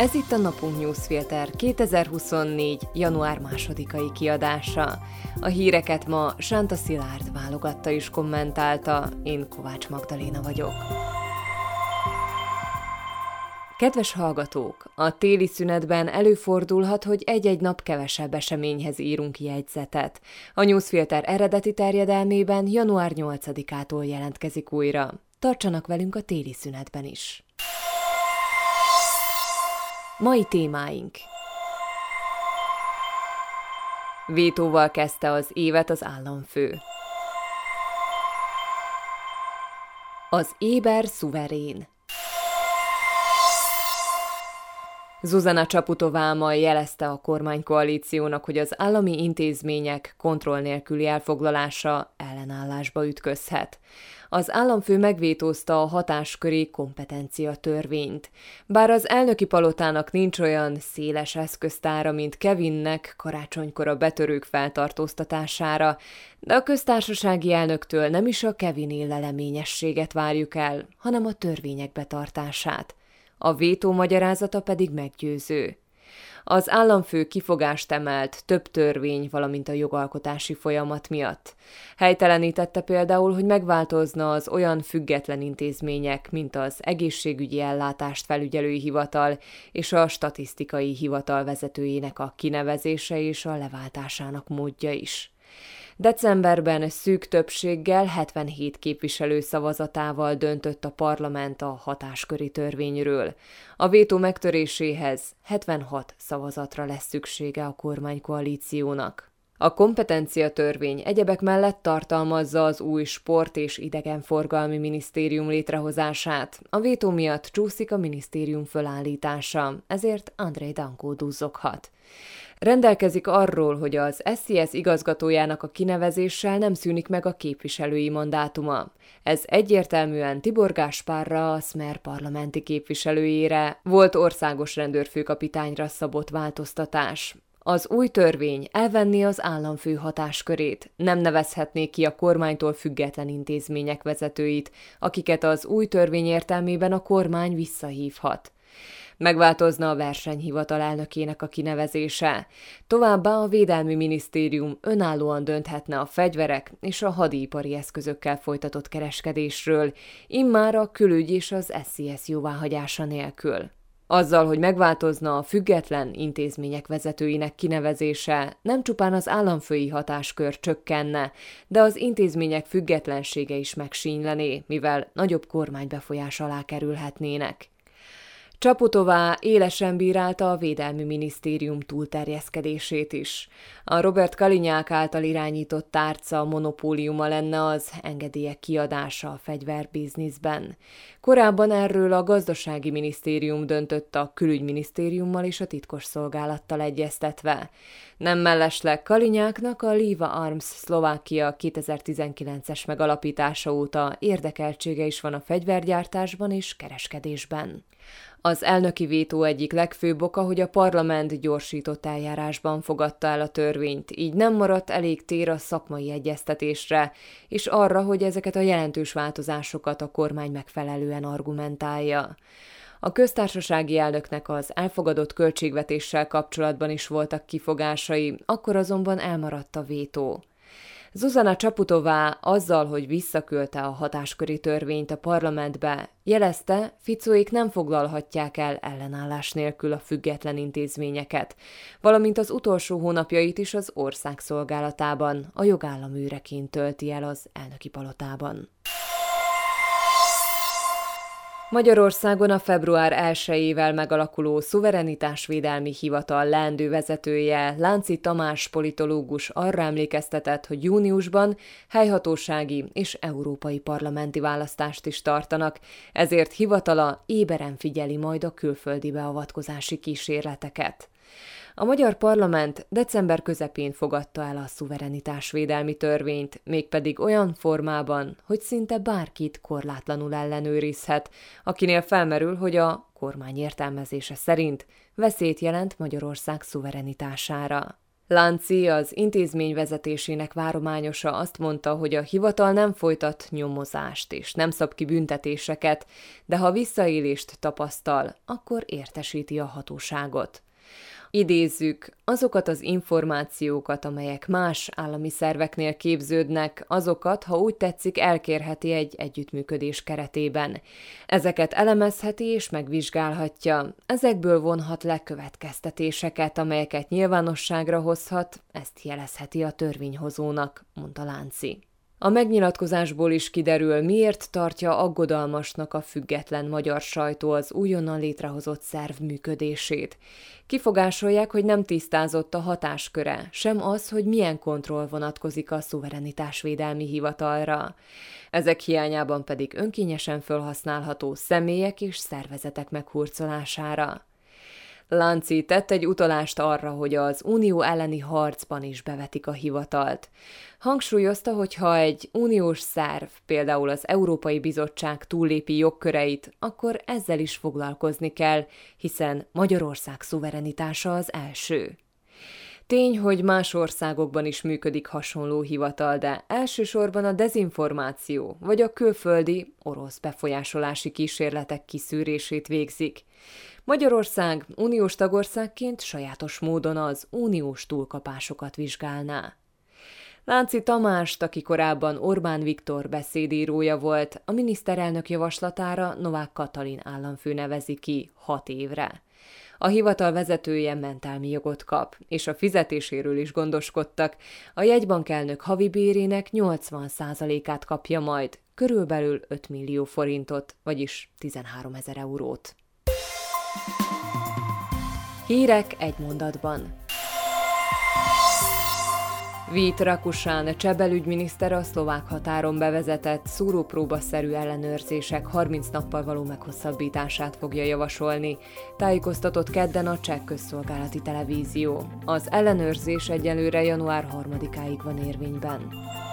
Ez itt a Napunk Newsfilter 2024. január 2-ai kiadása. A híreket ma Sánta Szilárd válogatta és kommentálta, én Kovács Magdaléna vagyok. Kedves hallgatók, a téli szünetben előfordulhat, hogy egy-egy nap kevesebb eseményhez írunk jegyzetet. A Newsfilter eredeti terjedelmében január 8-ától jelentkezik újra. Tartsanak velünk a téli szünetben is! Mai témáink. Vétóval kezdte az évet az államfő. Az éber szuverén. Zuzana Csaputová ma jelezte a kormánykoalíciónak, hogy az állami intézmények kontroll nélküli elfoglalása ellenállásba ütközhet. Az államfő megvétózta a hatásköri kompetencia törvényt. Bár az elnöki palotának nincs olyan széles eszköztára, mint Kevinnek karácsonykor a betörők feltartóztatására, de a köztársasági elnöktől nem is a Kevin leleményességet várjuk el, hanem a törvények betartását. A vétó magyarázata pedig meggyőző. Az államfő kifogást emelt több törvény, valamint a jogalkotási folyamat miatt. Helytelenítette például, hogy megváltozna az olyan független intézmények, mint az egészségügyi ellátást felügyelő hivatal és a statisztikai hivatal vezetőjének a kinevezése és a leváltásának módja is. Decemberben szűk többséggel 77 képviselő szavazatával döntött a parlament a hatásköri törvényről. A vétó megtöréséhez 76 szavazatra lesz szüksége a kormánykoalíciónak. A kompetenciatörvény egyebek mellett tartalmazza az új sport- és idegenforgalmi minisztérium létrehozását. A vétó miatt csúszik a minisztérium fölállítása, ezért Andrej Danko duzzoghat. Rendelkezik arról, hogy az SZISZ igazgatójának a kinevezéssel nem szűnik meg a képviselői mandátuma. Ez egyértelműen Tibor Gáspárra, a Smer parlamenti képviselőjére, volt országos rendőrfőkapitányra szabott változtatás. Az új törvény elvenné az államfő hatáskörét, nem nevezhetné ki a kormánytól független intézmények vezetőit, akiket az új törvény értelmében a kormány visszahívhat. Megváltozna a versenyhivatal elnökének a kinevezése. Továbbá a Védelmi Minisztérium önállóan dönthetne a fegyverek és a hadipari eszközökkel folytatott kereskedésről, immár a külügy és az SZISZ jóváhagyása nélkül. Azzal, hogy megváltozna a független intézmények vezetőinek kinevezése, nem csupán az államfői hatáskör csökkenne, de az intézmények függetlensége is megsínylené, mivel nagyobb kormánybefolyás alá kerülhetnének. Csaputová élesen bírálta a Védelmi Minisztérium túlterjeszkedését is. A Robert Kalinyák által irányított tárca monopóliuma lenne az engedélyek kiadása a fegyverbizniszben. Korábban erről a Gazdasági Minisztérium döntött a Külügyminisztériummal és a titkosszolgálattal egyeztetve. Nem mellesleg Kalinyáknak a Liva Arms Szlovákia 2019-es megalapítása óta érdekeltsége is van a fegyvergyártásban és kereskedésben. Az elnöki vétó egyik legfőbb oka, hogy a parlament gyorsított eljárásban fogadta el a törvényt, így nem maradt elég tér a szakmai egyeztetésre, és arra, hogy ezeket a jelentős változásokat a kormány megfelelően argumentálja. A köztársasági elnöknek az elfogadott költségvetéssel kapcsolatban is voltak kifogásai, akkor azonban elmaradt a vétó. Zuzana Csaputová azzal, hogy visszaküldte a hatásköri törvényt a parlamentbe, jelezte, Ficóék nem foglalhatják el ellenállás nélkül a független intézményeket, valamint az utolsó hónapjait is az ország szolgálatában, a jogállam őreként tölti el az elnöki palotában. Magyarországon a február 1-ével megalakuló Szuverenitásvédelmi Hivatal leendő vezetője, Lánci Tamás politológus arra emlékeztetett, hogy júniusban helyhatósági és európai parlamenti választást is tartanak, ezért hivatala éberen figyeli majd a külföldi beavatkozási kísérleteket. A magyar parlament december közepén fogadta el a szuverenitásvédelmi törvényt, mégpedig olyan formában, hogy szinte bárkit korlátlanul ellenőrizhet, akinél felmerül, hogy a kormány értelmezése szerint veszélyt jelent Magyarország szuverenitására. Lánci, az intézmény vezetésének várományosa azt mondta, hogy a hivatal nem folytat nyomozást és nem szab ki büntetéseket, de ha visszaélést tapasztal, akkor értesíti a hatóságot. Idézzük, azokat az információkat, amelyek más állami szerveknél képződnek, azokat, ha úgy tetszik, elkérheti egy együttműködés keretében. Ezeket elemezheti és megvizsgálhatja, ezekből vonhat le következtetéseket, amelyeket nyilvánosságra hozhat, ezt jelezheti a törvényhozónak, mondta Lánci. A megnyilatkozásból is kiderül, miért tartja aggodalmasnak a független magyar sajtó az újonnan létrehozott szerv működését. Kifogásolják, hogy nem tisztázott a hatásköre, sem az, hogy milyen kontroll vonatkozik a szuverenitásvédelmi hivatalra. Ezek hiányában pedig önkényesen felhasználható személyek és szervezetek meghurcolására. Lánci tett egy utalást arra, hogy az unió elleni harcban is bevetik a hivatalt. Hangsúlyozta, hogy ha egy uniós szerv, például az Európai Bizottság túllépi jogköreit, akkor ezzel is foglalkozni kell, hiszen Magyarország szuverenitása az első. Tény, hogy más országokban is működik hasonló hivatal, de elsősorban a dezinformáció vagy a külföldi, orosz befolyásolási kísérletek kiszűrését végzik. Magyarország uniós tagországként sajátos módon az uniós túlkapásokat vizsgálná. Lánci Tamást, aki korábban Orbán Viktor beszédírója volt, a miniszterelnök javaslatára Novák Katalin államfő nevezi ki 6 évre. A hivatal vezetője mentelmi jogot kap, és a fizetéséről is gondoskodtak. A jegybankelnök havi bérének 80%-át kapja majd, körülbelül 5 millió forintot, vagyis 13 000 eurót. Hírek egy mondatban. Vít Rakušan cseh belügyminiszter a szlovák határon bevezetett szúrópróbaszerű ellenőrzések 30 nappal való meghosszabbítását fogja javasolni, tájékoztatott kedden a cseh közszolgálati televízió. Az ellenőrzés egyelőre január 3-áig van érvényben.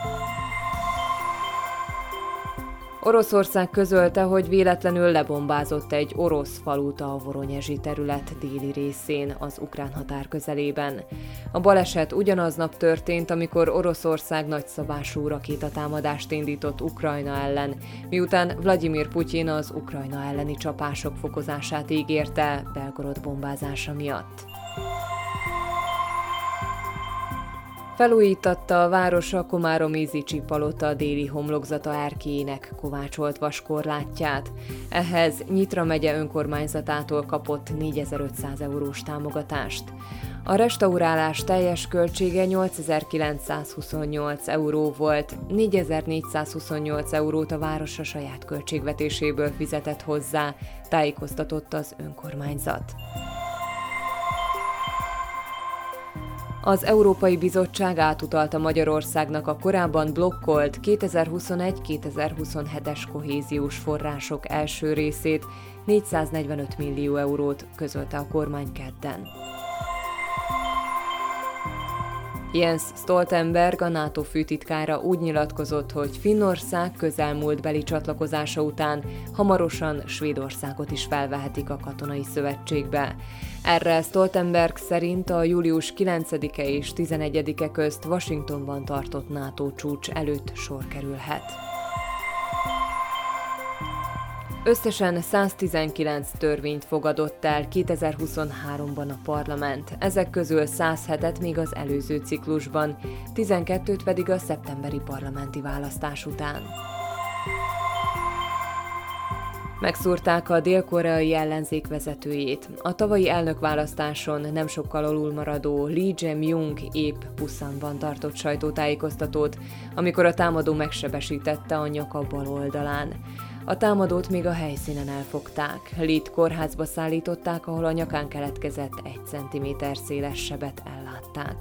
Oroszország közölte, hogy véletlenül lebombázott egy orosz falut a Voronyezsi terület déli részén, az ukrán határ közelében. A baleset ugyanaznap történt, amikor Oroszország nagyszabású rakétatámadást indított Ukrajna ellen, miután Vladimir Putyin az Ukrajna elleni csapások fokozását ígérte Belgorod bombázása miatt. Felújítatta a város a komáromi Zicsi palota déli homlokzata erkélyének kovácsolt vaskorlátját. Ehhez Nyitra megye önkormányzatától kapott 4500 eurós támogatást. A restaurálás teljes költsége 8928 euró volt, 4428 eurót a város a saját költségvetéséből fizetett hozzá, tájékoztatott az önkormányzat. Az Európai Bizottság átutalta Magyarországnak a korábban blokkolt 2021-2027-es kohéziós források első részét, 445 millió eurót, közölte a kormány kedden. Jens Stoltenberg, a NATO főtitkára úgy nyilatkozott, hogy Finnország közelmúltbeli csatlakozása után hamarosan Svédországot is felvehetik a katonai szövetségbe. Erre Stoltenberg szerint a július 9-e és 11-e közt Washingtonban tartott NATO csúcs előtt sor kerülhet. Összesen 119 törvényt fogadott el 2023-ban a parlament, ezek közül 107-et még az előző ciklusban, 12-t pedig a szeptemberi parlamenti választás után. Megszúrták a dél-koreai ellenzék vezetőjét. A tavalyi elnökválasztáson nem sokkal alulmaradó Lee Jae-myung épp Pusanban tartott sajtótájékoztatót, amikor a támadó megsebesítette a nyaka bal oldalán. A támadót még a helyszínen elfogták. Lee-t kórházba szállították, ahol a nyakán keletkezett 1 cm széles sebet ellátták.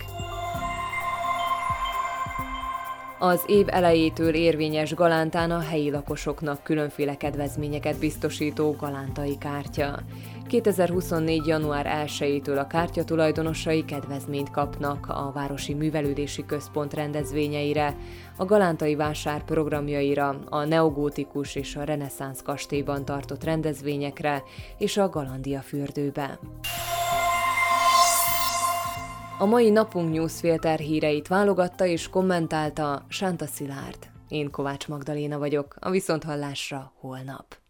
Az év elejétől érvényes Galántán a helyi lakosoknak különféle kedvezményeket biztosító galántai kártya. 2024. január 1-től a kártya tulajdonosai kedvezményt kapnak a Városi Művelődési Központ rendezvényeire, a galántai vásár programjaira, a neogótikus és a reneszánsz kastélyban tartott rendezvényekre és a Galandia fürdőbe. A mai Napunk Newsfilter híreit válogatta és kommentálta Sánta Szilárd. Én Kovács Magdaléna vagyok, a viszonthallásra holnap.